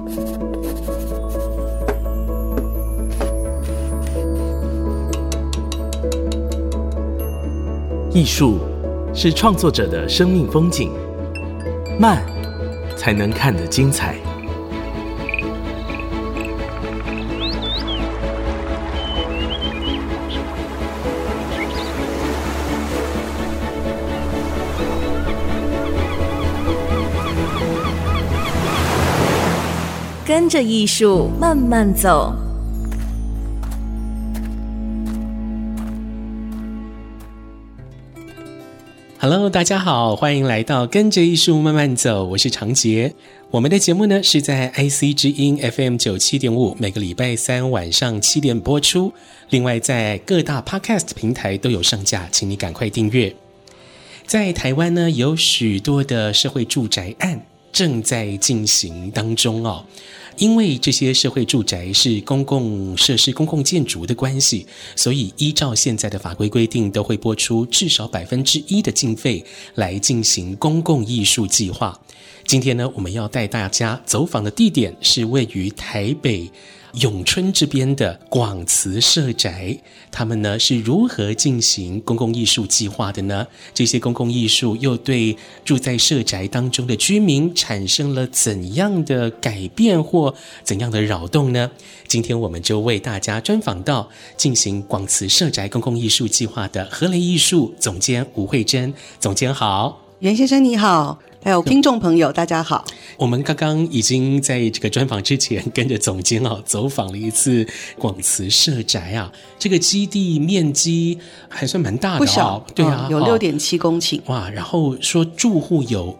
艺术是创作者的生命风景，慢才能看得精彩。 跟着艺术慢慢走。 Hello， 大家好，欢迎来到跟着艺术慢慢走，我是长杰。我们的节目呢是在 IC 之音 FM 97.5，每个礼拜三晚上7点播出。另外在各大 Podcast 平台都有上架，请你赶快订阅。在台湾呢，有许多的社会住宅案正在进行当中哦。因为这些社会住宅是公共设施、公共建筑的关系，所以依照现在的法规规定，都会拨出至少1%的经费来进行公共艺术计划。今天呢，我们要带大家走访的地点是位于台北永春这边的广慈社宅，他们呢是如何进行公共艺术计划的呢？这些公共艺术又对住在社宅当中的居民产生了怎样的改变或怎样的扰动呢？今天我们就为大家专访到进行广慈社宅公共艺术计划的和雷艺术总监吴慧珍。总监好。 袁先生你好，还有听众朋友大家好。 我们刚刚已经在这个专访之前跟着总监走访了一次广慈社宅啊，这个基地面积还算蛮大的， 不小， 对啊， 有 6.7 公顷。 哇，然后说住户有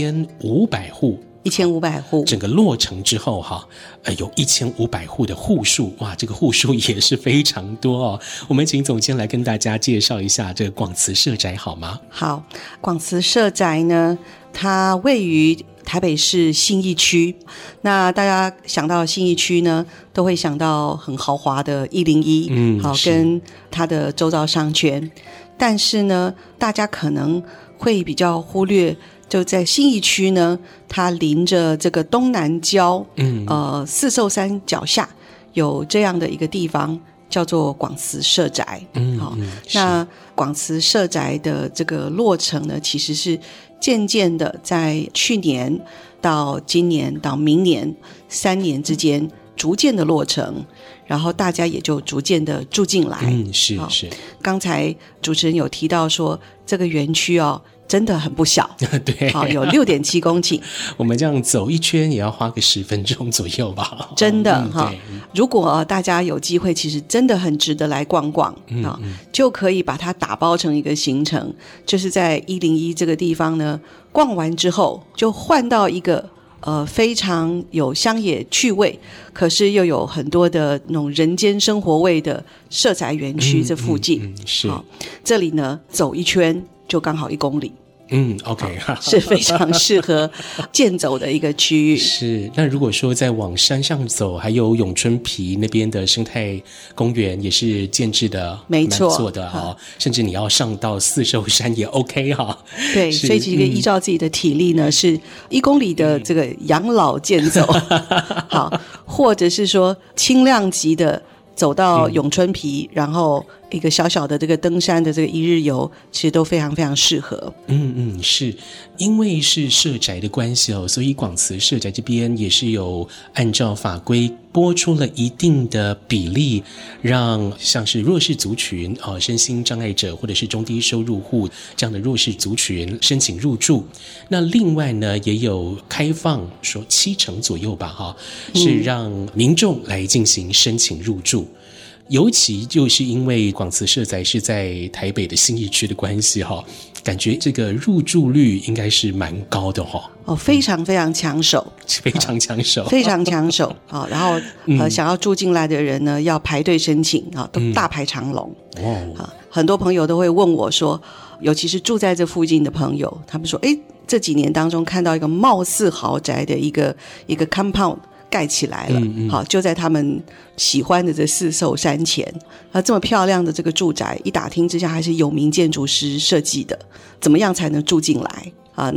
1500户。 1500户， 整个落成之后有1500户的户数，哇，这个户数也是非常多哦。我们请总监来跟大家介绍一下这个广慈社宅好吗？ 好，广慈社宅呢，它位于台北市信义区。那大家想到信义区呢，都会想到很豪华的101，好，跟它的周遭商圈。但是呢，大家可能会比较忽略。就在信義區呢，它臨着這個東南郊，四獸山腳下有這樣的一個地方，叫做廣慈社宅。那廣慈社宅的這個落成呢，其實是漸漸的在去年到今年到明年3年之間逐漸的落成，然後大家也就逐漸的住進來。 是。 剛才主持人有提到說，這個園區真的很不小， 对， 好，有 6.7 公頃。 我们这样走一圈也要花个10分钟左右吧。 真的如果大家有机会，其实真的很值得来逛逛就可以把它打包成一个行程，就是在101这个地方呢，逛完之后就换到一个非常有乡野趣味，可是又有很多的那种人间生活味的社宅园区这附近。 是， 这里呢走一圈就刚好1公里。 OK， 是非常适合健走的一个区域。 是，那如果说再往山上走，还有永春皮那边的生态公园也是建制的， 没错， 做的甚至你要上到四兽山也 OK 对，所以其实依照自己的体力呢，是1公里的这个养老健走，好，或者是说轻量级的。走到永春皮，然后一个小小的这个登山的这个一日游，其实都非常非常适合。 是因为是社宅的关系所以广慈社宅这边也是有按照法规拨出了一定的比例，让像是弱势族群身心障碍者或者是中低收入户这样的弱势族群申请入住。那另外呢，也有开放说70%左右吧是让民众来进行申请入住。尤其就是因为广慈社宅是在台北的信义区的关系感觉这个入住率应该是蛮高的非常非常抢手， 非常抢手， 非常抢手然后想要住进来的人呢，要排队申请都大排长龙。很多朋友都会问我说，尤其是住在这附近的朋友，他们说这几年当中看到一个貌似豪宅的一个 compound盖起来了，好，就在他们喜欢的这四兽山前，这么漂亮的这个住宅，一打听之下还是有名建筑师设计的，怎么样才能住进来那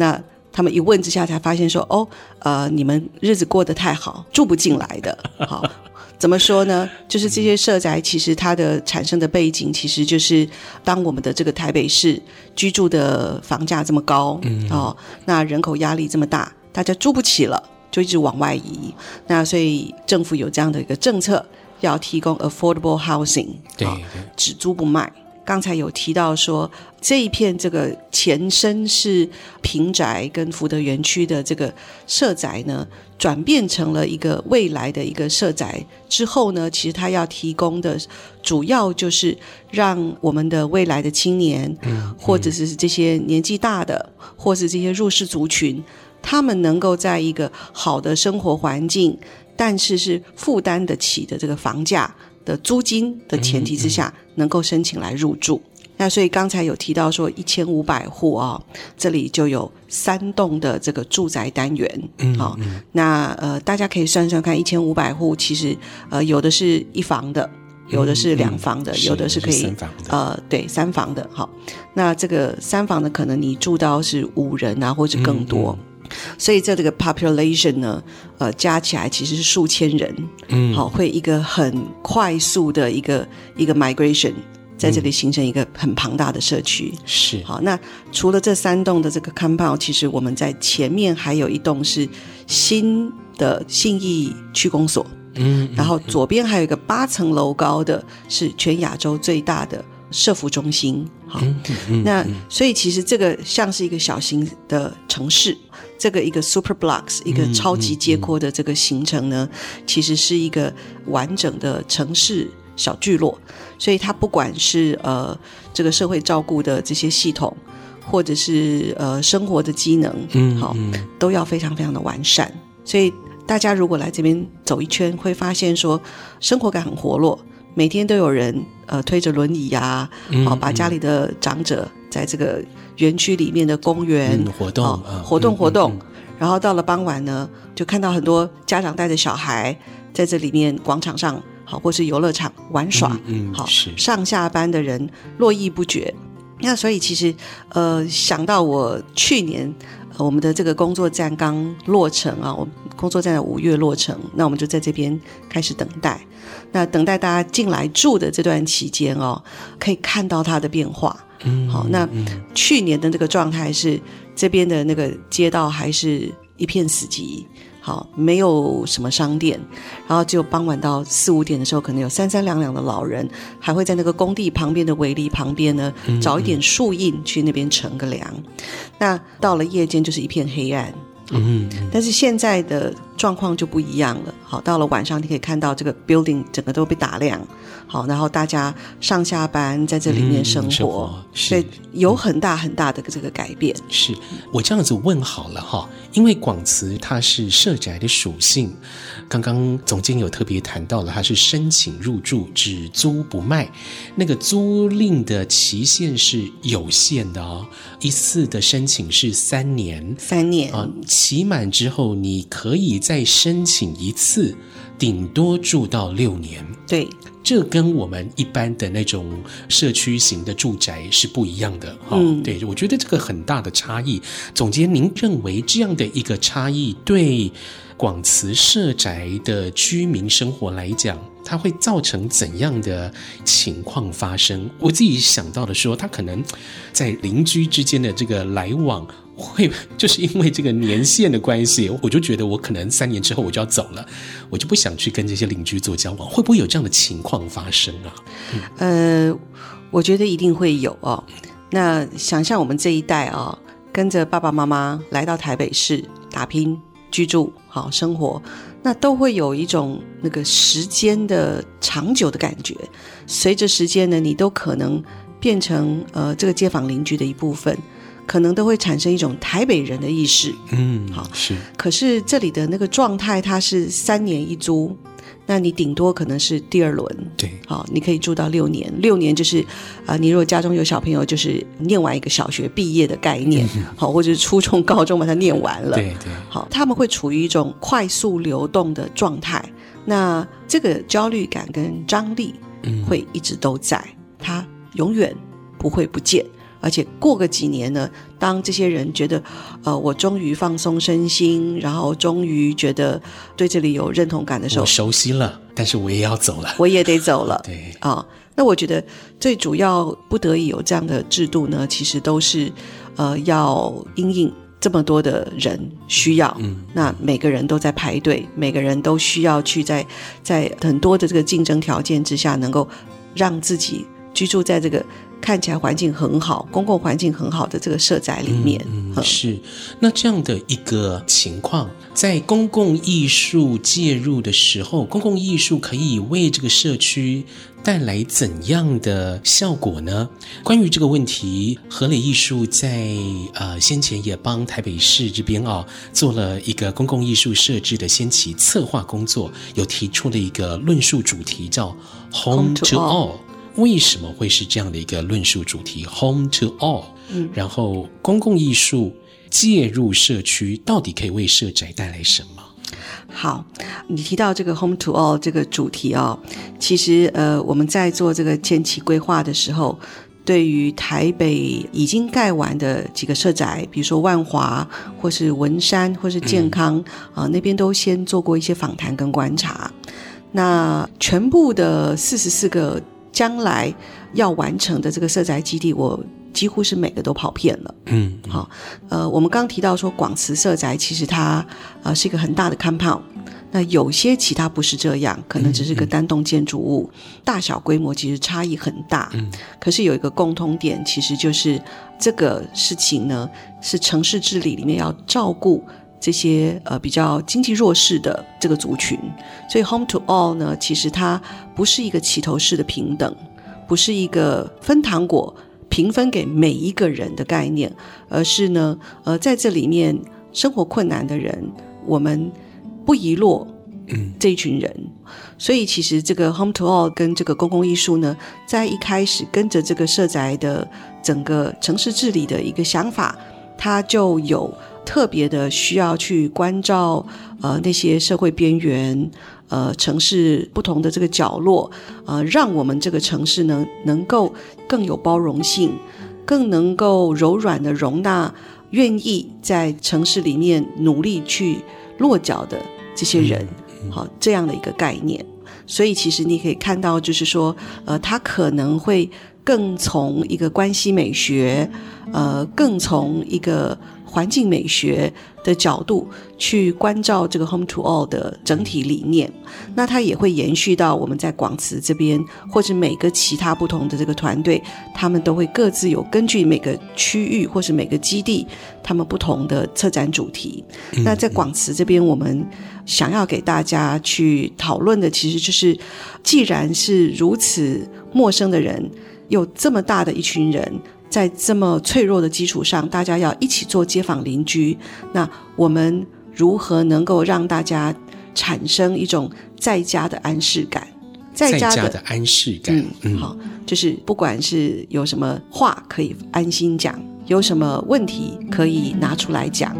他们一问之下才发现说，你们日子过得太好，住不进来的。好，怎么说呢？就是这些社宅其实它的产生的背景，其实就是当我们的这个台北市居住的房价这么高，那人口压力这么大，大家住不起了，就一直往外移。那所以政府有这样的一个政策，要提供 affordable housing， 对， 只租不卖。刚才有提到说，这一片这个前身是平宅跟福德园区的这个社宅呢，转变成了一个未来的一个社宅之后呢，其实它要提供的主要就是让我们的未来的青年，或者是这些年纪大的，或是这些弱势族群，他们能够在一个好的生活环境，但是负担得起的这个房价的租金的前提之下，能够申请来入住。那所以刚才有提到说1500户这里就有3栋的这个住宅单元。那大家可以算算看，1500户其实有的是1房的，有的是2房的，有的是可以 3房的， 对，3房的。好，那这个3房的可能你住到是5人啊，或者更多。所以这个 population 呢，加起来其实是数千人，好，会一个很快速的一个 migration， 在这里形成一个很庞大的社区。 是， 好，那除了这3栋的这个 compound， 其实我们在前面还有一栋是新的信义区公所，然后左边还有一个8层楼高的，是全亚洲最大的社福中心。好，那所以其实这个像是一个小型的城市，这个一个 super blocks， 一个超级街廓的这个形成呢，其实是一个完整的城市小聚落。所以它不管是这个社会照顾的这些系统，或者是生活的机能，好，都要非常非常的完善。所以大家如果来这边走一圈，会发现说生活感很活络，每天都有人推着轮椅啊，把家里的长者在这个园区里面的公园活动，然后到了傍晚呢，就看到很多家长带着小孩在这里面广场上，好，或是游乐场玩耍，好，上下班的人络绎不绝。那所以其实想到我去年我们的这个工作站刚落成啊，我们工作站在5月落成，那我们就在这边开始等待。那等待大家进来住的这段期间可以看到它的变化。好，那去年的这个状态是这边的那个街道还是一片死寂，好，没有什么商店，然后只有傍晚到4、5点的时候，可能有3、3两两的老人还会在那个工地旁边的围篱旁边呢，找一点树荫去那边乘个凉。那到了夜间就是一片黑暗。但是现在的状况就不一样了。好，到了晚上你可以看到这个 building 整个都被打亮，好，然后大家上下班在这里面生活，所以有很大很大的这个改变。 是，我这样子问好了哈，因为广慈它是社宅的属性，刚刚总监有特别谈到了，它是申请入住，只租不卖，那个租赁的期限是有限的一次的申请是3年期满之后你可以再申请一次，顶多住到6年。 对， 这跟我们一般的那种社区型的住宅是不一样的。对，我觉得这个很大的差异。总监，您认为这样的一个差异对广慈社宅的居民生活来讲，它会造成怎样的情况发生？我自己想到的说，它可能在邻居之间的这个来往会就是因为这个年限的关系，我就觉得我可能3年之后我就要走了，我就不想去跟这些邻居做交往，会不会有这样的情况发生啊？ 我觉得一定会有那想象我们这一代跟着爸爸妈妈来到台北市打拼居住好生活，那都会有一种那个时间的长久的感觉。随着时间呢，你都可能变成这个街坊邻居的一部分，可能都会产生一种台北人的意识。好，是。可是这里的那个状态，它是3年一租，那你顶多可能是第2轮。对，好，你可以住到6年。6年就是你如果家中有小朋友，就是念完一个小学毕业的概念，好，或者是初中、高中把它念完了。对对，好，他们会处于一种快速流动的状态。那这个焦虑感跟张力会一直都在，它永远不会不见。 而且过个几年呢，当这些人觉得我终于放松身心，然后终于觉得对这里有认同感的时候， 我熟悉了，但是我也要走了， 我也得走了。 对那我觉得最主要不得已有这样的制度呢，其实都是要因应这么多的人需要，那每个人都在排队，每个人都需要去在很多的这个竞争条件之下，能够让自己居住在这个看起来环境很好、公共环境很好的这个社宅里面。 是。那这样的一个情况，在公共艺术介入的时候，公共艺术可以为这个社区带来怎样的效果呢？关于这个问题，和磊艺术在先前也帮台北市这边做了一个公共艺术设置的先期策划工作，有提出了一个论述主题叫 Home to All。为什么会是这样的一个论述主题 Home to All？然后公共艺术介入社区到底可以为社宅带来什么？ 好，你提到这个 Home to All 这个主题其实我们在做这个前期规划的时候，对于台北已经盖完的几个社宅，比如说万华或是文山或是健康那边都先做过一些访谈跟观察。那全部的44个将来要完成的这个社宅基地，我几乎是每个都跑遍了。好，我们刚提到说广慈社宅其实它是一个很大的 compound， 那有些其他不是这样，可能只是个单栋建筑物，大小规模其实差异很大。可是有一个共通点，其实就是这个事情呢是城市治理里面要照顾这些比较经济弱势的这个族群，所以 Home to All 呢，其实它不是一个齐头式的平等，不是一个分糖果平分给每一个人的概念，而是呢在这里面生活困难的人，我们不遗落这一群人。所以其实这个 Home to All 跟这个公共艺术呢，在一开始跟着这个社宅的整个城市治理的一个想法，它就有特别的需要去关照那些社会边缘城市不同的这个角落让我们这个城市呢能够更有包容性，更能够柔软的容纳愿意在城市里面努力去落脚的这些人，好，这样的一个概念。所以其实你可以看到就是说它可能会更从一个关系美学更从一个环境美学的角度去关照这个 Home to All 的整体理念。那它也会延续到我们在广慈这边，或者每个其他不同的这个团队，他们都会各自有根据每个区域或是每个基地他们不同的策展主题。那在广慈这边，我们想要给大家去讨论的，其实就是既然是如此陌生的人，有这么大的一群人，在这么脆弱的基础上，大家要一起做街坊邻居，那我们如何能够让大家产生一种在家的安适感？在家的安适感， 好，就是不管是有什么话可以安心讲，有什么问题可以拿出来讲。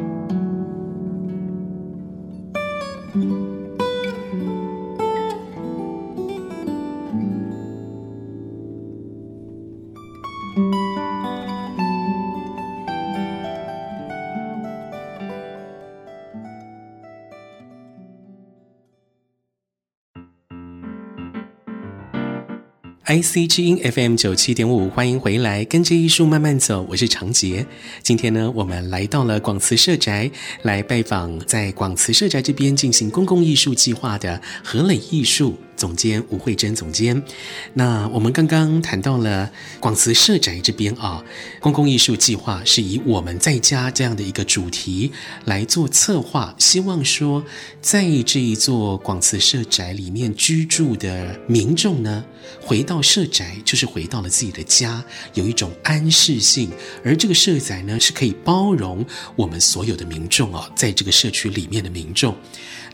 IC 之音 FM 97.5，欢迎回来，跟着艺术慢慢走，我是常杰。今天呢，我们来到了广慈社宅，来拜访在广慈社宅这边进行公共艺术计划的和磊艺术总监吴慧珍总监。那我们刚刚谈到了广慈社宅这边公共艺术计划是以我们在家这样的一个主题来做策划，希望说在这一座广慈社宅里面居住的民众呢，回到社宅就是回到了自己的家，有一种安适性，而这个社宅呢是可以包容我们所有的民众在这个社区里面的民众。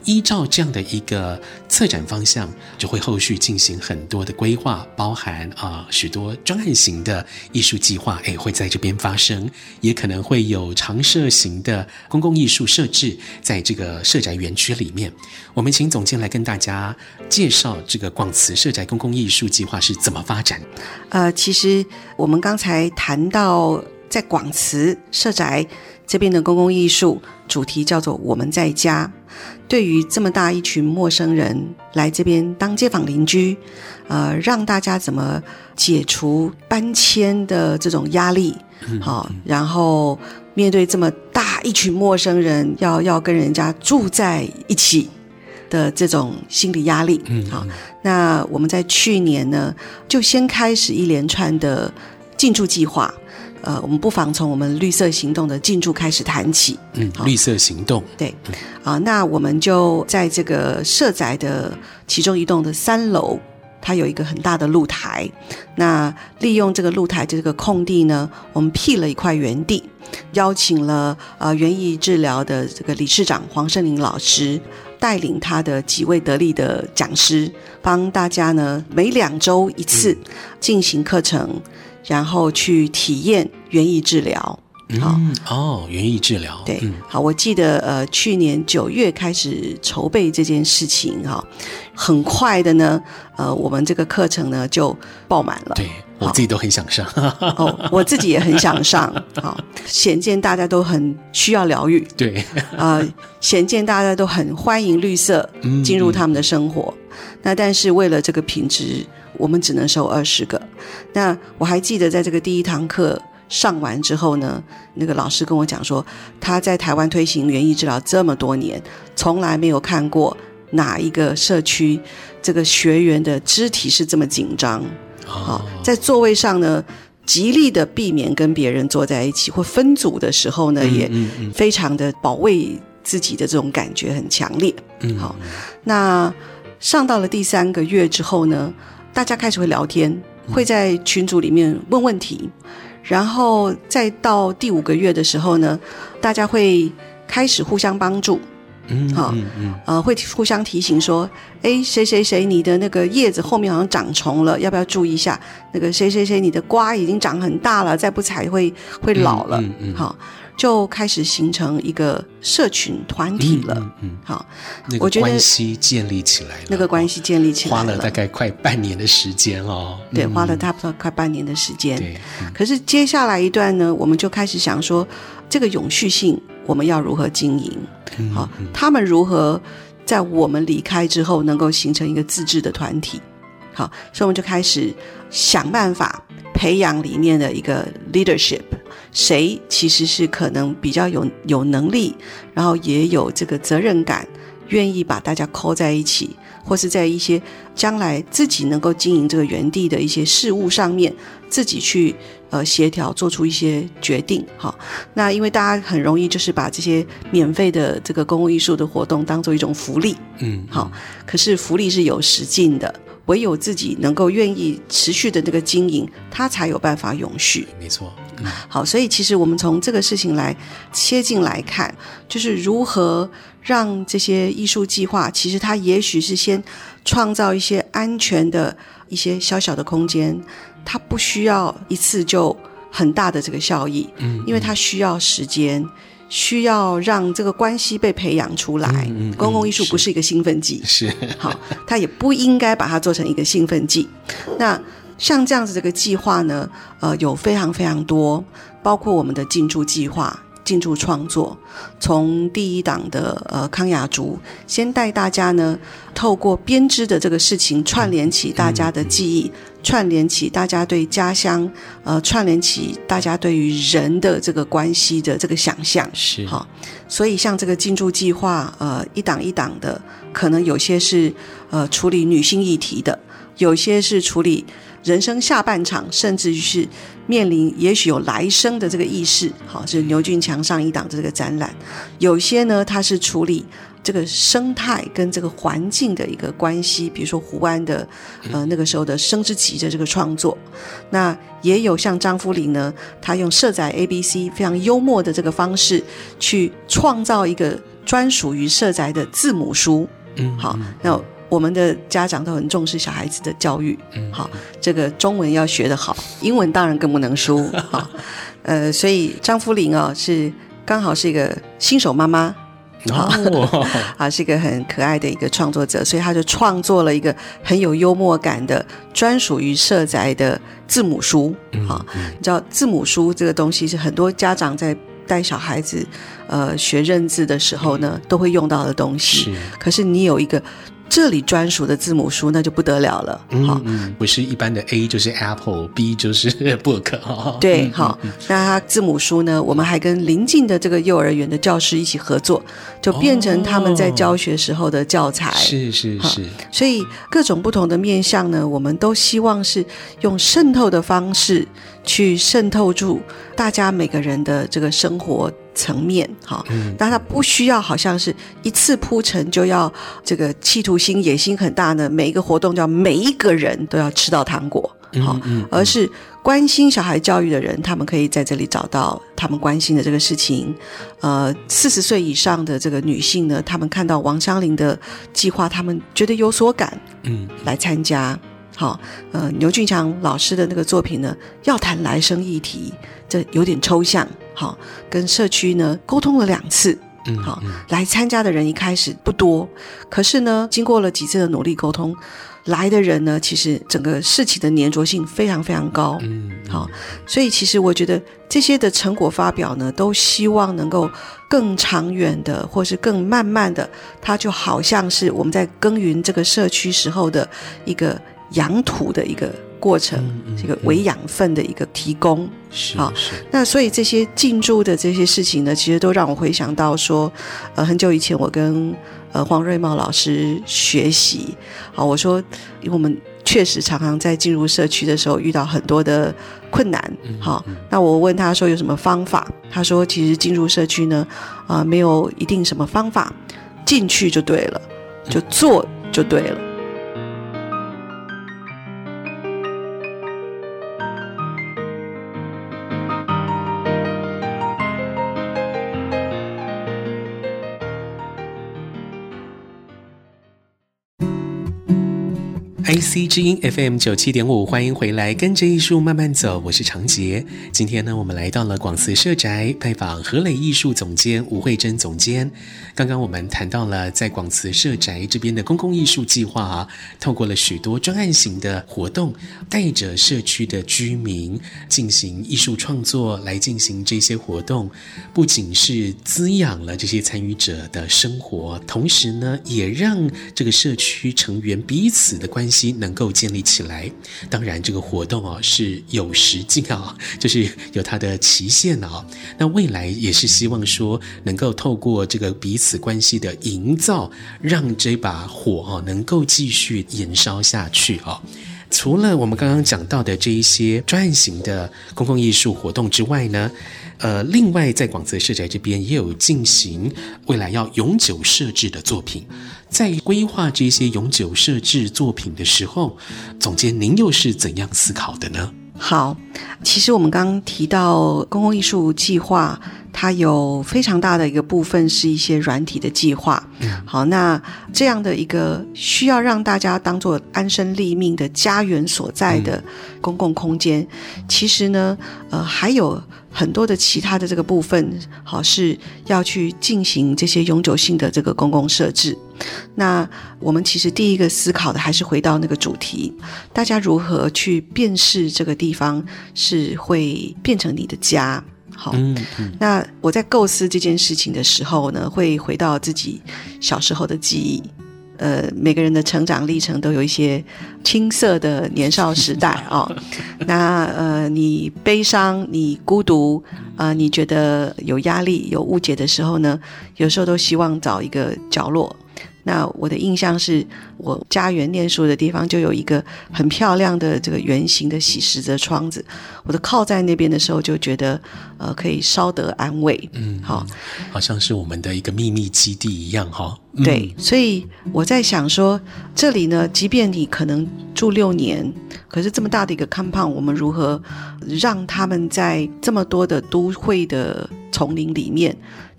依照这样的一个策展方向，就会后续进行很多的规划，包含许多专案型的艺术计划会在这边发生，也可能会有常设型的公共艺术设置在这个社宅园区里面。我们请总监来跟大家介绍这个广慈社宅公共艺术计划是怎么发展。 其实我们刚才谈到在广慈社宅这边的公共艺术主题叫做我们在家，对于这么大一群陌生人来这边当街坊邻居，让大家怎么解除搬迁的这种压力，然后面对这么大一群陌生人要跟人家住在一起的这种心理压力。好，那我们在去年呢就先开始一连串的进驻计划。我们不妨从我们绿色行动的进驻开始谈起。 绿色行动， 对，那我们就在这个社宅的其中一栋的3楼，它有一个很大的露台。那利用这个露台这个空地呢，我们辟了一块园地，邀请了园艺治疗的这个理事长黄胜林老师，带领他的几位得力的讲师，帮大家呢每2周一次进行课程，然后去体验园艺治疗。 园艺治疗， 对，好，我记得去年9月开始筹备这件事情，很快的呢，我们这个课程呢就爆满了。 对，我自己都很想上。 我自己也很想上。好，显见大家都很需要疗愈。 对， 显见大家都很欢迎绿色进入他们的生活。那但是为了这个品质，我们只能收20个。那我还记得在这个第一堂课上完之后呢，那个老师跟我讲说，他在台湾推行园艺治疗这么多年，从来没有看过哪一个社区这个学员的肢体是这么紧张。在座位上呢极力的避免跟别人坐在一起，或分组的时候呢也非常的保卫自己的这种感觉很强烈。好，那上到了第3个月之后呢，大家开始会聊天，会在群组里面问问题，然后再到第5个月的时候呢，大家会开始互相帮助。会互相提醒说，谁谁谁你的那个叶子后面好像长虫了，要不要注意一下？那个谁谁谁你的瓜已经长很大了，再不采会老了。好，就开始形成一个社群团体了。好， 我觉得关系建立起来了， 那个关系建立起来了， 花了大概快半年的时间哦。 对，花了差不多快半年的时间。可是接下来一段呢，我们就开始想说，这个永续性我们要如何经营？好，他们如何在我们离开之后能够形成一个自治的团体？好，所以我们就开始想办法培养里面的一个 leadership， 谁其实是可能比较有能力，然后也有这个责任感，愿意把大家扣在一起，或是在一些将来自己能够经营这个园地的一些事务上面，自己去协调做出一些决定。好，那因为大家很容易就是把这些免费的这个公共艺术的活动当做一种福利。好，可是福利是有时尽的，唯有自己能够愿意持续的那个经营，它才有办法永续。 没错。 好，所以其实我们从这个事情来切进来看，就是如何让这些艺术计划，其实它也许是先创造一些安全的一些小小的空间，它不需要一次就很大的这个效益，因为它需要时间，需要让这个关系被培养出来。公共艺术不是一个兴奋剂， 是好，它也不应该把它做成一个兴奋剂。那像这样子这个计划呢，有非常非常多，包括我们的进驻计划、进驻创作，从第1档的康雅竹，先带大家呢透过编织的这个事情串联起大家的记忆，串联起大家对家乡，串联起大家对于人的这个关系的这个想象。 是好，所以像这个进驻计划，一档一档的，可能有些是处理女性议题的，有些是处理人生下半场，甚至于是面临也许有来生的这个意识。好，是牛俊强上1档的这个展览。有些呢，它是处理这个生态跟这个环境的一个关系，比如说湖湾的那个时候的生之极的这个创作。那也有像张夫林呢，他用社宅 ABC 非常幽默的这个方式去创造一个专属于社宅的字母书。好，那我们的家长都很重视小孩子的教育。好，这个中文要学得好，英文当然更不能输。好，所以张福玲是刚好是一个新手妈妈。是一个很可爱的一个创作者，所以他就创作了一个很有幽默感的专属于社宅的字母书。你知道字母书这个东西是很多家长在带小孩子学认字的时候呢都会用到的东西，可是你有一个这里专属的字母书那就不得了了。 不是一般的 A 就是 Apple， B 就是 Book。 对， 好，那它字母书呢我们还跟邻近的这个幼儿园的教师一起合作，就变成他们在教学时候的教材。 是， 所以各种不同的面向呢我们都希望是用渗透的方式去渗透住大家每个人的这个生活层面。但它不需要好像是一次铺陈就要这个企图心野心很大呢，每一个活动就要每一个人都要吃到糖果。而是关心小孩教育的人他们可以在这里找到他们关心的这个事情。40岁以上的这个女性呢，他们看到王香玲的计划他们觉得有所感，来参加。好，牛俊强老师的那个作品呢，要谈来生议题，这有点抽象。好，跟社区呢沟通了2次。好，来参加的人一开始不多，可是呢，经过了几次的努力沟通，来的人呢，其实整个事情的粘着性非常非常高。好，所以其实我觉得这些的成果发表呢，都希望能够更长远的，或是更慢慢的，它就好像是我们在耕耘这个社区时候的一个养土的一个过程，这个微养分的一个提供。好，那所以这些进驻的这些事情呢，其实都让我回想到说，很久以前我跟黄瑞茂老师学习。好，我说因为我们确实常常在进入社区的时候遇到很多的困难。好，那我问他说有什么方法，他说其实进入社区呢没有一定什么方法，进去就对了，就做就对了。 IC 之音 FM 97.5，欢迎回来，跟着艺术慢慢走，我是常杰。今天呢，我们来到了广慈社宅，拜访和磊艺术总监吴慧珍总监。刚刚我们谈到了在广慈社宅这边的公共艺术计划透过了许多专案型的活动，带着社区的居民进行艺术创作，来进行这些活动，不仅是滋养了这些参与者的生活，同时呢，也让这个社区成员彼此的关系能够建立起来。当然这个活动是有时间就是有它的期限那未来也是希望说能够透过这个彼此关系的营造，让这把火能够继续延烧下去除了我们刚刚讲到的这一些专案型的公共艺术活动之外呢，另外在广慈社宅这边也有进行未来要永久设置的作品。在规划这些永久设置作品的时候，总监您又是怎样思考的呢？ 好，其实我们刚刚提到公共艺术计划，它有非常大的一个部分是一些软体的计划。好，那这样的一个需要让大家当作安身立命的家园所在的公共空间，其实呢还有很多的其他的这个部分好是要去进行这些永久性的这个公共设置。那我们其实第一个思考的还是回到那个主题，大家如何去辨识这个地方是会变成你的家。好，那我在构思这件事情的时候呢，会回到自己小时候的记忆。每个人的成长历程都有一些青涩的年少时代那你悲伤，你孤独，你觉得有压力有误解的时候呢，有时候都希望找一个角落。那我的印象是我家园念书的地方就有一个很漂亮的这个圆形的洗石的窗子，我都靠在那边的时候就觉得可以稍得安慰。 好像是我们的一个秘密基地一样对，所以我在想说这里呢，即便你可能住6年，可是这么大的一个 compound， 我们如何让他们在这么多的都会的丛林里面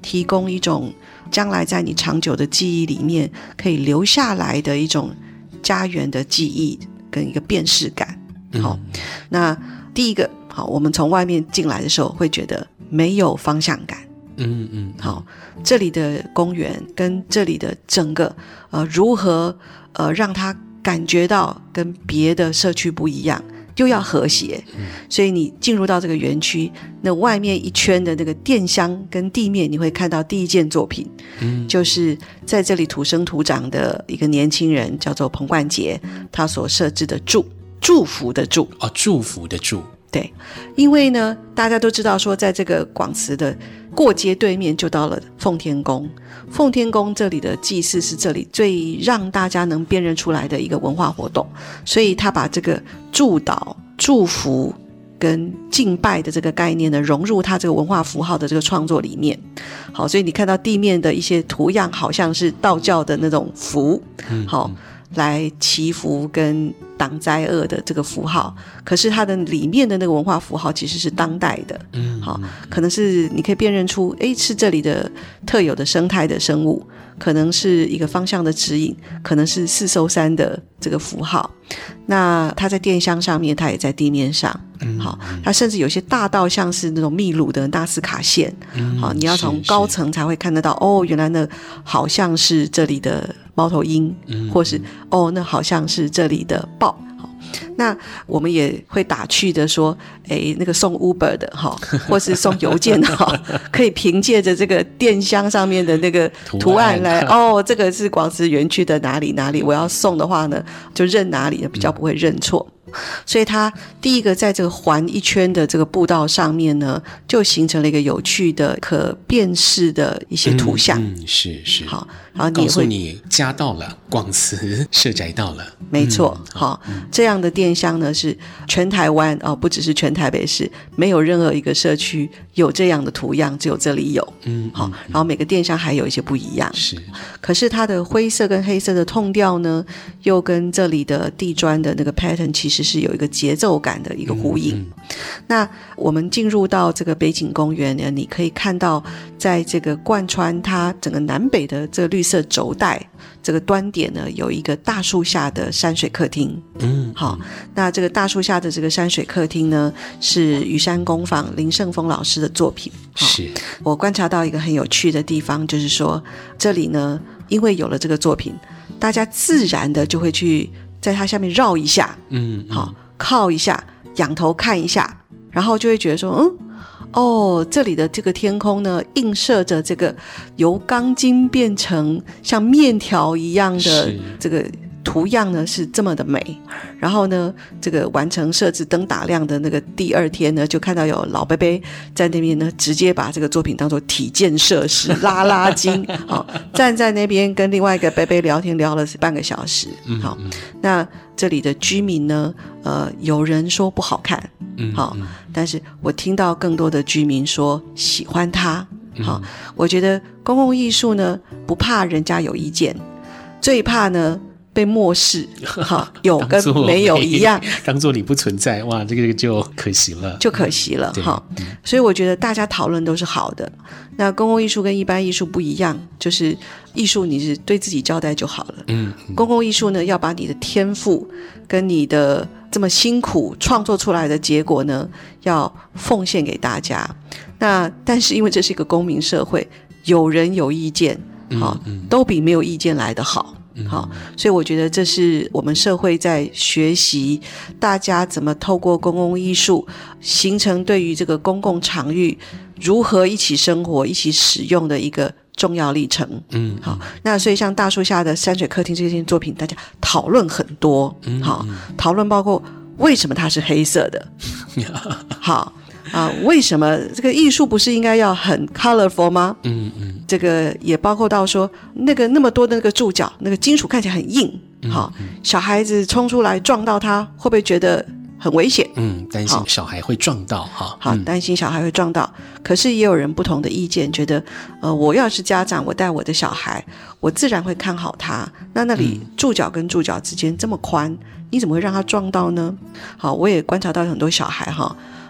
提供一种将来在你长久的记忆里面可以留下来的一种家园的记忆跟一个辨识感。好，那第一个，好，我们从外面进来的时候会觉得没有方向感。好，这里的公园跟这里的整个如何让它感觉到跟别的社区不一样，又要和谐，所以你进入到这个园区，那外面一圈的那个电箱跟地面，你会看到第一件作品，就是在这里土生土长的一个年轻人叫做彭冠杰，他所设置的祝福的祝。 祝福的祝。 对，因为呢大家都知道说在这个广慈的过街对面就到了奉天宫，奉天宫这里的祭祀是这里最让大家能辨认出来的一个文化活动，所以他把这个祝祷、祝福跟敬拜的这个概念呢融入他这个文化符号的这个创作里面。好，所以你看到地面的一些图样好像是道教的那种符，好，来祈福跟挡灾厄的这个符号，可是它的里面的那个文化符号其实是当代的。好，可能是你可以辨认出是这里的特有的生态的生物，可能是一个方向的指引，可能是四艘山的这个符号。那它在电箱上面，它也在地面上。好，它甚至有些大到像是那种秘鲁的纳斯卡线。好，你要从高层才会看得到，原来那好像是这里的猫头鹰，或是那好像是这里的豹。好，那我们也会打趣的说，那个送 Uber 的或是送邮件的可以凭借着这个电箱上面的那个图案来这个是广慈园区的哪里哪里，我要送的话呢就认哪里，比较不会认错。所以它第一个在这个环一圈的这个步道上面呢，就形成了一个有趣的可辨识的一些图像。 是。 好，然后你也会告诉你家到了，广慈社宅到了。 没错。好，这样的电箱呢是全台湾不只是全台北市，没有任何一个社区有这样的图样，只有这里有。好，然后每个电箱还有一些不一样。 是， 可是它的灰色跟黑色的痛调呢，又跟这里的地砖的那个 pattern 其实是有一个节奏感的一个呼应。那我们进入到这个北景公园呢，你可以看到在这个贯穿它整个南北的这个绿色轴带这个端点呢，有一个大树下的山水客厅。好，那这个大树下的这个山水客厅呢，是雨山工坊林胜峰老师的作品。 是，我观察到一个很有趣的地方，就是说这里呢，因为有了这个作品，大家自然的就会去在它下面绕一下，好，靠一下，仰头看一下，然后就会觉得说，这里的这个天空呢，映射着这个由钢筋变成像面条一样的这个图样呢，是这么的美。然后呢，这个完成设置灯打亮的那个第二天呢，就看到有老伯伯在那边呢，直接把这个作品当作体健设施拉筋，好，站在那边跟另外一个伯伯聊天，聊了半个小时。好，那这里的居民呢，有人说不好看，好，但是我听到更多的居民说喜欢它。好，我觉得公共艺术呢，不怕人家有意见，最怕呢被漠视，有跟没有一样， 当作你不存在，哇，这个就可惜了， 所以我觉得大家讨论都是好的。那公共艺术跟一般艺术不一样，就是艺术你是对自己交代就好了。公共艺术呢，要把你的天赋跟你的这么辛苦创作出来的结果呢，要奉献给大家。那但是因为这是一个公民社会，有人有意见，都比没有意见来得好。好，所以我觉得这是我们社会在学习大家怎么透过公共艺术形成对于这个公共场域如何一起生活一起使用的一个重要历程。好，那所以像大树下的山水客厅这件作品，大家讨论很多。好，讨论包括为什么它是黑色的。好为什么这个艺术不是应该要很 colorful 吗？这个也包括到说那么多的那个柱脚，那个金属看起来很硬。好，小孩子冲出来撞到它，会不会觉得很危险？ 担心小孩会撞到哈。 好，担心小孩会撞到。可是也有人不同的意见，觉得我要是家长，我带我的小孩，我自然会看好他。那里柱脚跟柱脚之间这么宽，你怎么会让他撞到呢？好，我也观察到很多小孩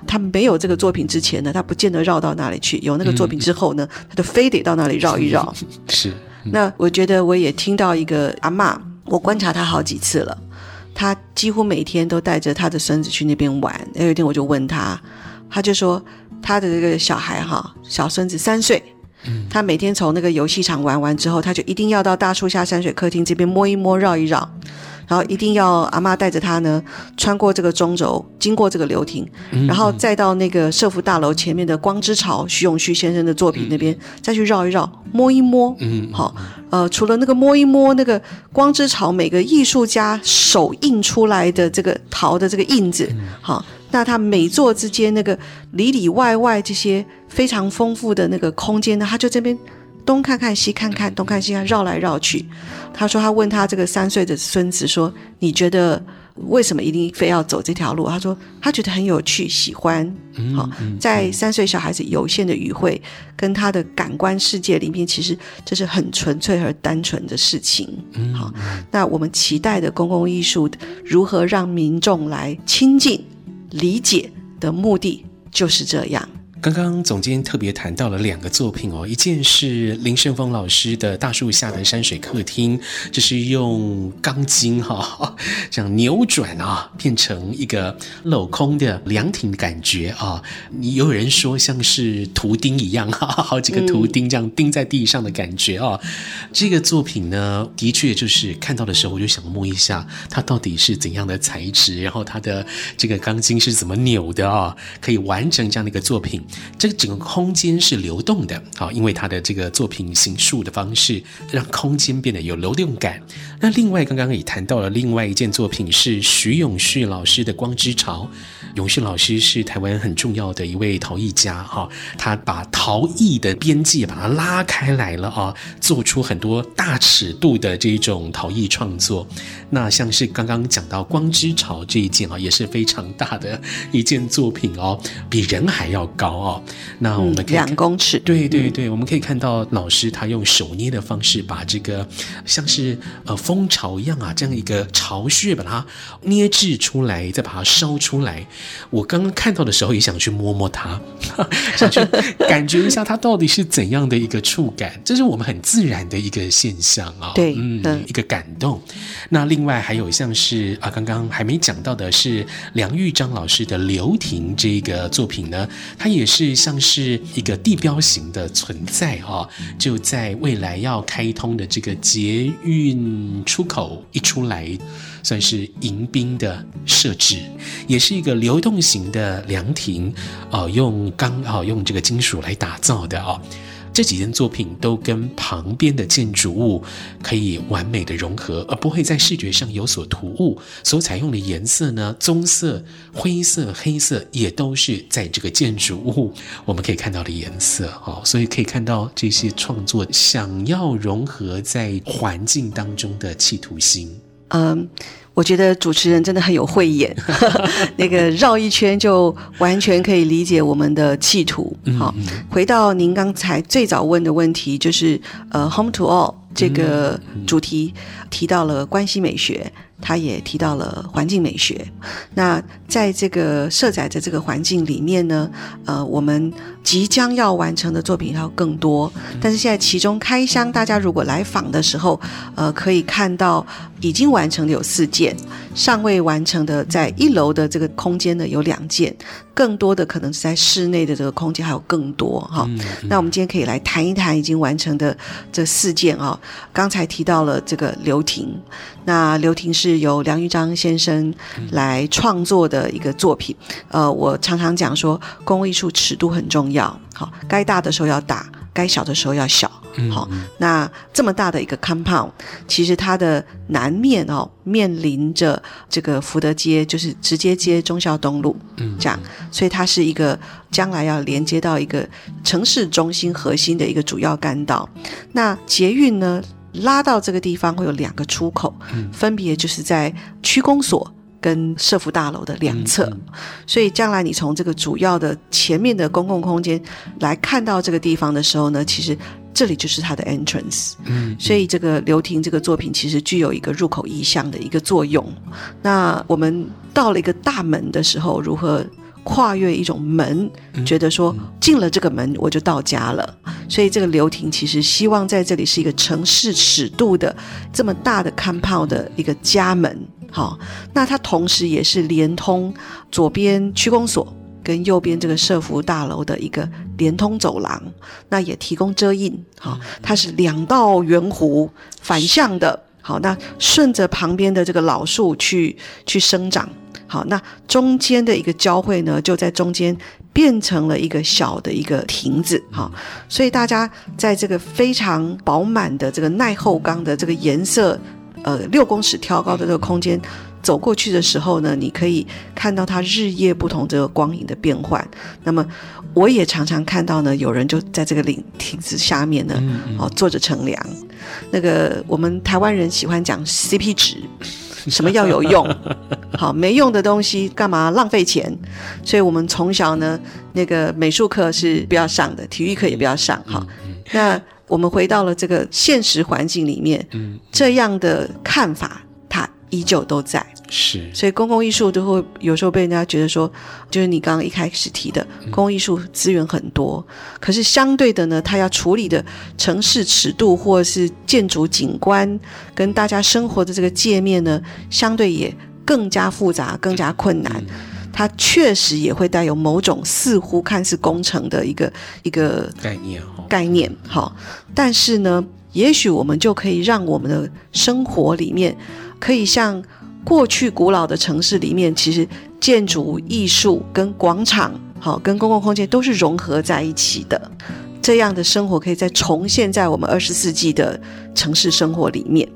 他没有这个作品之前呢，他不见得绕到那里去，有那个作品之后呢，他就非得到那里绕一绕。 是。 那我觉得我也听到一个阿嬷，我观察她好几次了，她几乎每天都带着她的孙子去那边玩。有一天我就问她，她就说她的这个小孩小孙子3岁，他每天从那个游戏场玩完之后，他就一定要到大树下山水客厅这边摸一摸绕一绕，然后一定要阿嬷带着他呢穿过这个中轴，经过这个流亭，然后再到那个社福大楼前面的光之巢徐永旭先生的作品那边再去绕一绕摸一摸。除了那个摸一摸那个光之巢每个艺术家手印出来的这个陶的这个印子，那他每座之间那个里里外外这些非常丰富的那个空间呢，他就这边东看看西看看，东看西看，绕来绕去。他说他问他这个3岁的孙子说，你觉得为什么一定非要走这条路？他说他觉得很有趣，喜欢。在3岁小孩子有限的语汇跟他的感官世界里面，其实这是很纯粹而单纯的事情。那我们期待的公共艺术如何让民众来亲近理解的目的就是这样。 刚刚总监特别谈到了2个作品一件是林胜峰老师的大树下的山水客厅，这是用钢筋这样扭转变成一个镂空的凉亭的感觉也有人说像是图钉一样好几个图钉这样钉在地上的感觉这个作品呢，的确就是看到的时候我就想摸一下它到底是怎样的材质，然后它的这个钢筋是怎么扭的可以完成这样的一个作品。这个整个空间是流动的因为它的这个作品形塑的方式让空间变得有流动感。那另外刚刚也谈到了另外一件作品是徐永旭老师的光之巢。永旭老师是台湾很重要的一位陶艺家他把陶艺的边界把它拉开来了做出很多大尺度的这种陶艺创作。那像是刚刚讲到光之巢这一件也是非常大的一件作品比人还要高那我们可以 2公尺。 对对对，我们可以看到老师他用手捏的方式把这个像是蜂巢一样这样一个巢穴把它捏制出来，再把它烧出来。我刚刚看到的时候也想去摸摸它想去感觉一下它到底是怎样的一个触感，这是我们很自然的一个现象对， 一个感动。那另外还有像是刚刚还没讲到的是梁玉章老师的流亭这个作品呢，它也是像是一个地标型的存在就在未来要开通的这个捷运出口一出来，算是迎宾的设置，也是一个流动型的凉亭用用这个金属来打造的这几件作品都跟旁边的建筑物可以完美的融合，而不会在视觉上有所突兀。所采用的颜色呢，棕色、灰色、黑色也都是在这个建筑物我们可以看到的颜色所以可以看到这些创作想要融合在环境当中的企图心。 我觉得主持人真的很有慧眼那个绕一圈就完全可以理解我们的企图。回到您刚才最早问的问题，就是Home to All 这个主题提到了关系美学，他也提到了环境美学。那在这个设宅的这个环境里面呢，我们即将要完成的作品要更多，但是现在其中开箱，大家如果来访的时候，可以看到已经完成的有4件，尚未完成的在1楼的这个空间呢有2件，更多的可能是在室内的这个空间还有更多那我们今天可以来谈一谈已经完成的这4件刚才提到了这个流亭，那流亭是由梁玉章先生来创作的一个作品。我常常讲说公共艺术尺度很重要，该大的时候要大，该小的时候要小。那这么大的一个 compound， 其实它的南面面临着这个福德街，就是直接接忠孝东路这样，所以它是一个将来要连接到一个城市中心核心的一个主要干道。那捷运呢拉到这个地方会有2个出口，分别就是在区公所跟社福大楼的2侧，所以将来你从这个主要的前面的公共空间来看到这个地方的时候呢，其实这里就是它的 entrance。所以这个流亭这个作品其实具有一个入口意象的一个作用。那我们到了一个大门的时候，如何跨越一种门，觉得说进了这个门我就到家了。所以这个流亭其实希望在这里是一个城市尺度的这么大的 compound 的一个家门。好，那它同时也是连通左边区公所跟右边这个社福大楼的一个连通走廊，那也提供遮荫。好，它是2道圆弧反向的。好，那顺着旁边的这个老树去生长。好，那中间的一个交汇呢，就在中间变成了一个小的一个亭子。好，所以大家在这个非常饱满的这个耐候钢的这个颜色6公尺挑高的这个空间走过去的时候呢，你可以看到它日夜不同这个光影的变换。那么我也常常看到呢，有人就在这个亭子下面呢，坐着乘凉。那个我们台湾人喜欢讲 CP 值，什么要有用，好，没用的东西干嘛浪费钱？所以我们从小呢，那个美术课是不要上的，体育课也不要上。好，那我们回到了这个现实环境里面，这样的看法它依旧都在。 是， 所以公共艺术都会有时候被人家觉得说，就是你刚刚一开始提的，公共艺术资源很多，可是相对的呢，它要处理的城市尺度或是建筑景观跟大家生活的这个界面呢，相对也更加复杂，更加困难。它确实也会带有某种似乎看似工程的一个概念。好，但是呢，也许我们就可以让我们的生活里面可以像过去古老的城市里面，其实建筑艺术跟广场好跟公共空间都是融合在一起的，这样的生活可以再重现在我们24世纪的城市生活里面。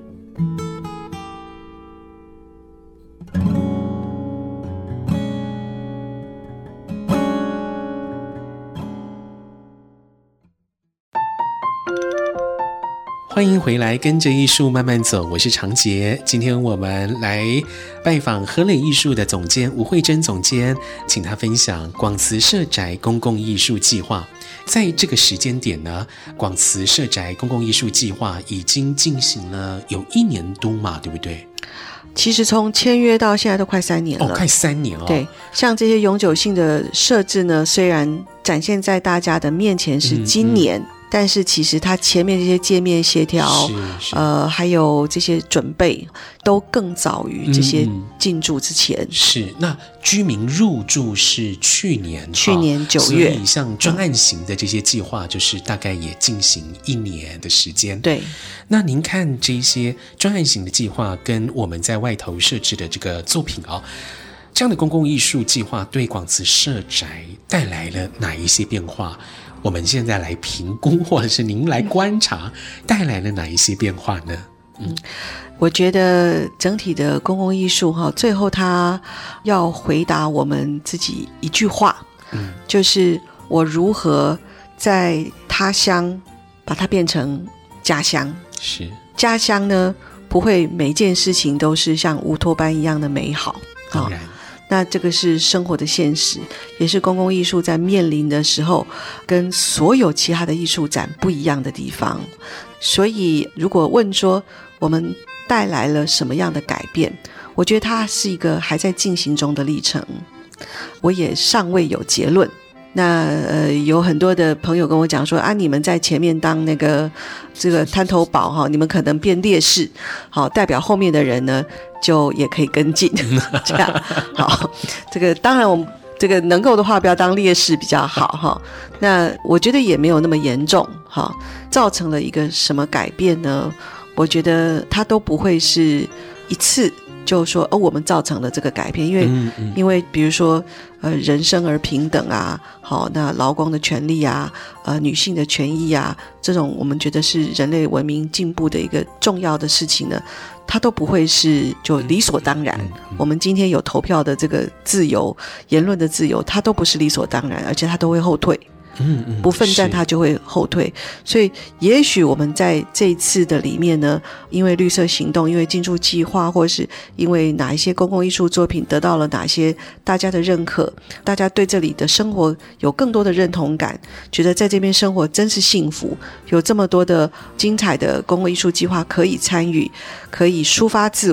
欢迎回来，跟着艺术慢慢走，我是长杰。今天我们来拜访和磊艺术的总监吴慧珍总监，请他分享广慈社宅公共艺术计划。在这个时间点呢，广慈社宅公共艺术计划已经进行了有1年多嘛，对不对？ 其实从签约到现在都快3年了。 快3年了。 对，像这些永久性的设置呢，虽然展现在大家的面前是今年，但是其实它前面这些界面协调，还有这些准备，都更早于这些进驻之前。 是，那居民入住是去年 9月， 所以像专案型的这些计划，就是大概也进行1年的时间。 对， 那您看这些专案型的计划跟我们在外头设置的这个作品这样的公共艺术计划对广慈社宅带来了哪一些变化？我们现在来评估，或者是您来观察，带来了哪一些变化呢？ 我觉得整体的公共艺术最后它要回答我们自己一句话，就是我如何在他乡把它变成家乡。 是， 家乡呢，不会每件事情都是像乌托邦一样的美好。 当然。 那这个是生活的现实，也是公共艺术在面临的时候跟所有其他的艺术展不一样的地方。所以如果问说我们带来了什么样的改变，我觉得它是一个还在进行中的历程，我也尚未有结论。那有很多的朋友跟我讲说你们在前面当这个滩头堡你们可能变劣势，好，代表后面的人呢就也可以跟进这样。好，这个当然我们这个能够的话不要当劣势比较好那我觉得也没有那么严重造成了一个什么改变呢？我觉得它都不会是一次就说我们造成了这个改变，因为比如说人生而平等好，那劳工的权利女性的权益这种我们觉得是人类文明进步的一个重要的事情呢，它都不会是就理所当然。我们今天有投票的这个自由，言论的自由，它都不是理所当然，而且它都会后退。不奋战它就会后退。所以也许我们在这一次的里面呢，因为绿色行动，因为进驻计划，或是因为哪一些公共艺术作品得到了哪些大家的认可，大家对这里的生活有更多的认同感，觉得在这边生活真是幸福，有这么多的精彩的公共艺术计划可以参与，可以抒发自我，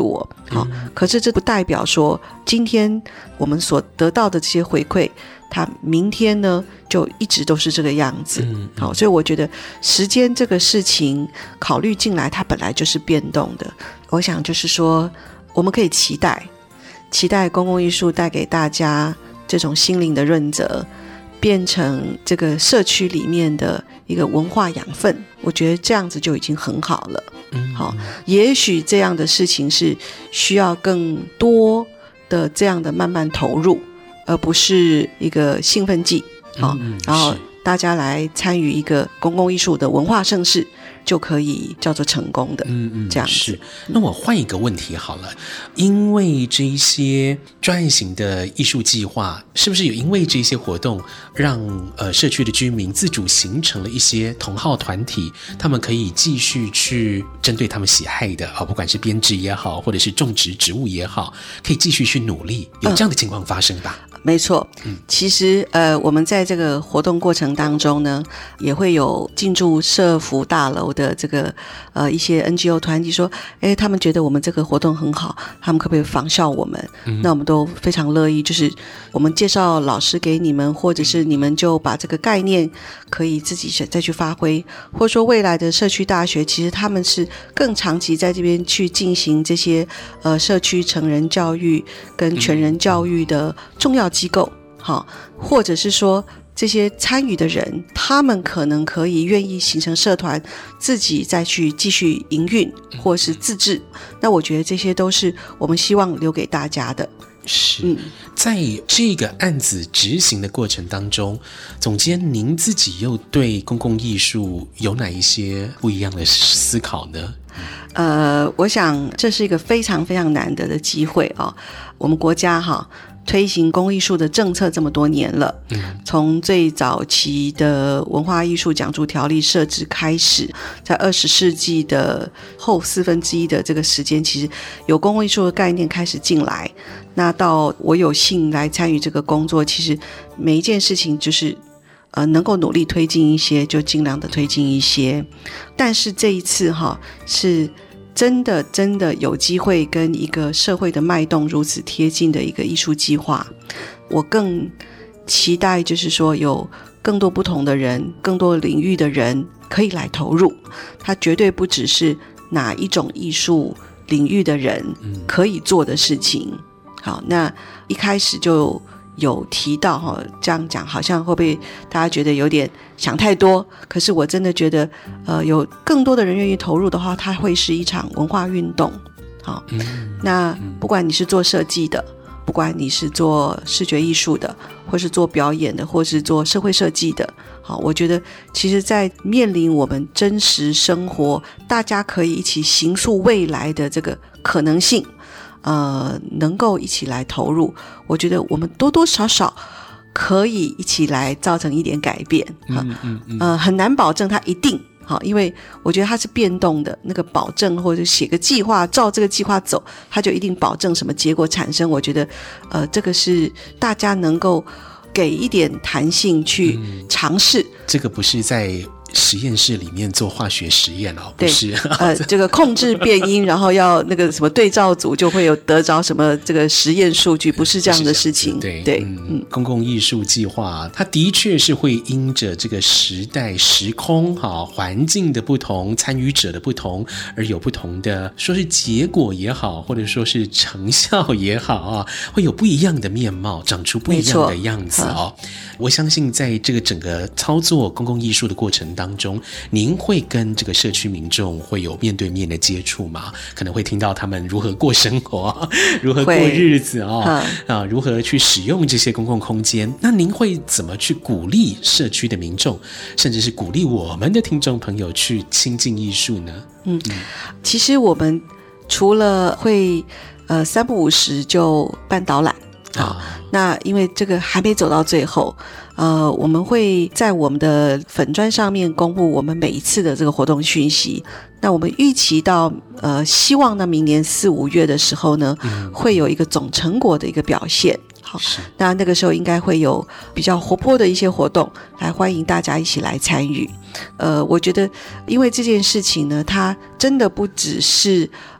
好，可是这不代表说今天我们所得到的这些回馈，它明天呢就一直都是这个样子。好，所以我觉得时间这个事情考虑进来，它本来就是变动的。我想就是说，我们可以期待公共艺术带给大家这种心灵的润泽，变成这个社区里面的一个文化养分，我觉得这样子就已经很好了。好，也许这样的事情是需要更多的这样的慢慢投入，而不是一个兴奋剂。好，然后大家来参与一个公共艺术的文化盛事，就可以叫做成功的。这样子。 是。那我换一个问题好了，因为这一些专案型的艺术计划，是不是有因为这些活动让社区的居民自主形成了一些同好团体，他们可以继续去针对他们喜爱的不管是编织也好，或者是种植植物也好，可以继续去努力，有这样的情况发生吧？ 没错，其实我们在这个活动过程当中呢，也会有进驻社福大楼的这个一些 NGO 团体说，他们觉得我们这个活动很好，他们可不可以仿效我们？那我们都非常乐意，就是我们介绍老师给你们，或者是你们就把这个概念可以自己再去发挥，或者说未来的社区大学，其实他们是更长期在这边去进行这些社区成人教育跟全人教育的重要机构。好，或者是说这些参与的人，他们可能可以愿意形成社团，自己再去继续营运或是自治。那我觉得这些都是我们希望留给大家的。 是。在这个案子执行的过程当中，总监您自己又对公共艺术有哪一些不一样的思考呢？ 我想这是一个非常非常难得的机会我们国家推行公共艺术的政策这么多年了，从最早期的文化艺术奖助条例设置开始，在20世纪的后1/4的这个时间，其实有公共艺术的概念开始进来。那到我有幸来参与这个工作，其实每一件事情就是能够努力推进一些就尽量的推进一些。但是这一次是真的有机会跟一个社会的脉动如此贴近的一个艺术计划，我更期待就是说有更多不同的人，更多领域的人可以来投入。它绝对不只是哪一种艺术领域的人可以做的事情。好，那一开始就有提到这样讲好像会不会大家觉得有点想太多，可是我真的觉得有更多的人愿意投入的话，它会是一场文化运动。好，那不管你是做设计的，不管你是做视觉艺术的，或是做表演的，或是做社会设计的，好，我觉得其实在面临我们真实生活大家可以一起形塑未来的这个可能性，能够一起来投入，我觉得我们多多少少可以一起来造成一点改变。很难保证它一定好，因为我觉得它是变动的，那个保证或者写个计划照这个计划走，它就一定保证什么结果产生。我觉得这个是大家能够给一点弹性去尝试。 这个不是在实验室里面做化学实验不是这个控制变音然后要那个什么对照组就会有得着什么这个实验数据，不是这样的事情。对， 公共艺术计划它的确是会因着这个时代时空环境的不同，参与者的不同而有不同的，说是结果也好，或者说是成效也好会有不一样的面貌，长出不一样的样子我相信在这个整个操作公共艺术的过程当中，您会跟这个社区民众会有面对面的接触吗？可能会听到他们如何过生活，如何过日子如何去使用这些公共空间。那您会怎么去鼓励社区的民众，甚至是鼓励我们的听众朋友去亲近艺术呢？ 其实我们除了会3不5时就办导览那因为这个还没走到最后，我们会在我们的粉专上面公布我们每一次的这个活动讯息。那我们预期到希望呢明年4、5月的时候呢，会有一个总成果的一个表现。好，那个时候应该会有比较活泼的一些活动来欢迎大家一起来参与。我觉得因为这件事情呢，它真的不只是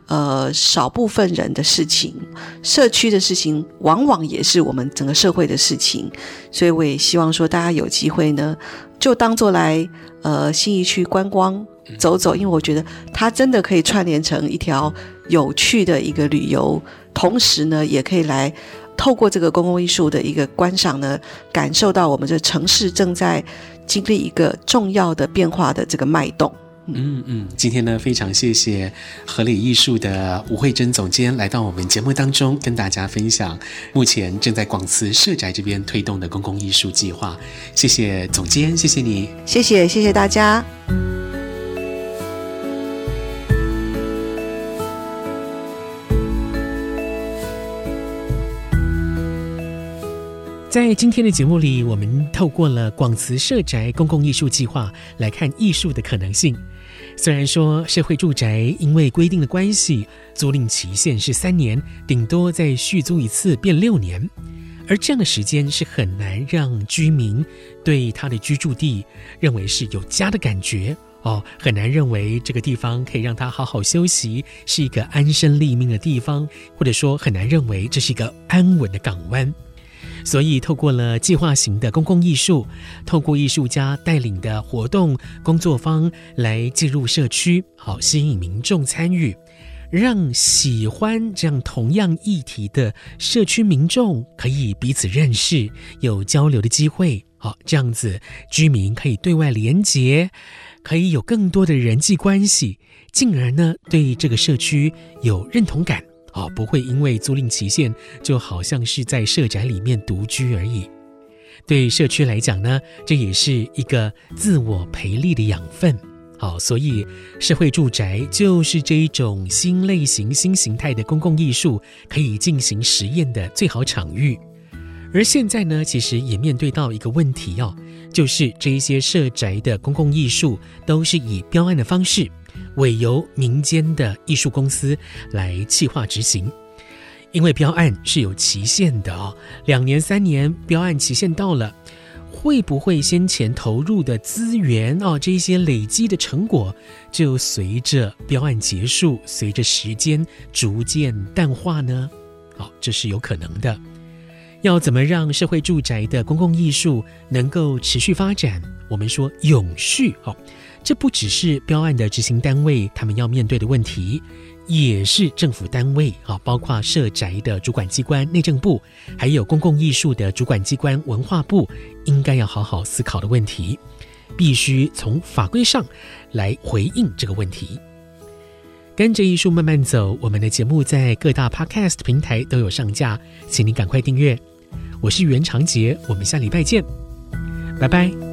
少部分人的事情，社区的事情往往也是我们整个社会的事情，所以我也希望说大家有机会呢，就当作来信义区观光走走，因为我觉得它真的可以串联成一条有趣的一个旅游，同时呢也可以来透过这个公共艺术的一个观赏呢，感受到我们这城市正在经历一个重要的变化的这个脉动。 今天呢，非常谢谢合理艺术的吴慧珍总监来到我们节目当中，跟大家分享目前正在广慈社宅这边推动的公共艺术计划。谢谢总监，谢谢你， 谢谢大家。 在今天的节目里，我们透过了广慈社宅公共艺术计划来看艺术的可能性。虽然说社会住宅因为规定的关系，租赁期限是3年，顶多再续租一次变6年，而这样的时间是很难让居民对他的居住地认为是有家的感觉很难认为这个地方可以让他好好休息，是一个安身立命的地方，或者说很难认为这是一个安稳的港湾。所以透过了计划型的公共艺术，透过艺术家带领的活动工作坊来进入社区，吸引民众参与，让喜欢这样同样议题的社区民众可以彼此认识，有交流的机会，这样子居民可以对外连结，可以有更多的人际关系，进而呢对这个社区有认同感，不会因为租赁期限就好像是在社宅里面独居而已。对社区来讲呢，这也是一个自我培力的养分。所以社会住宅就是这一种新类型新形态的公共艺术可以进行实验的最好场域。而现在呢，其实也面对到一个问题就是这一些社宅的公共艺术都是以标案的方式，委由民间的艺术公司来企划执行。因为标案是有期限的2年3年标案期限到了，会不会先前投入的资源这一些累积的成果就随着标案结束，随着时间逐渐淡化呢？这是有可能的。要怎么让社会住宅的公共艺术能够持续发展，我们说永续这不只是标案的执行单位他们要面对的问题，也是政府单位包括社宅的主管机关内政部，还有公共艺术的主管机关文化部应该要好好思考的问题，必须从法规上来回应这个问题。跟着艺术慢慢走，我们的节目在各大 Podcast 平台都有上架，请你赶快订阅。我是袁长杰，我们下礼拜见，拜拜。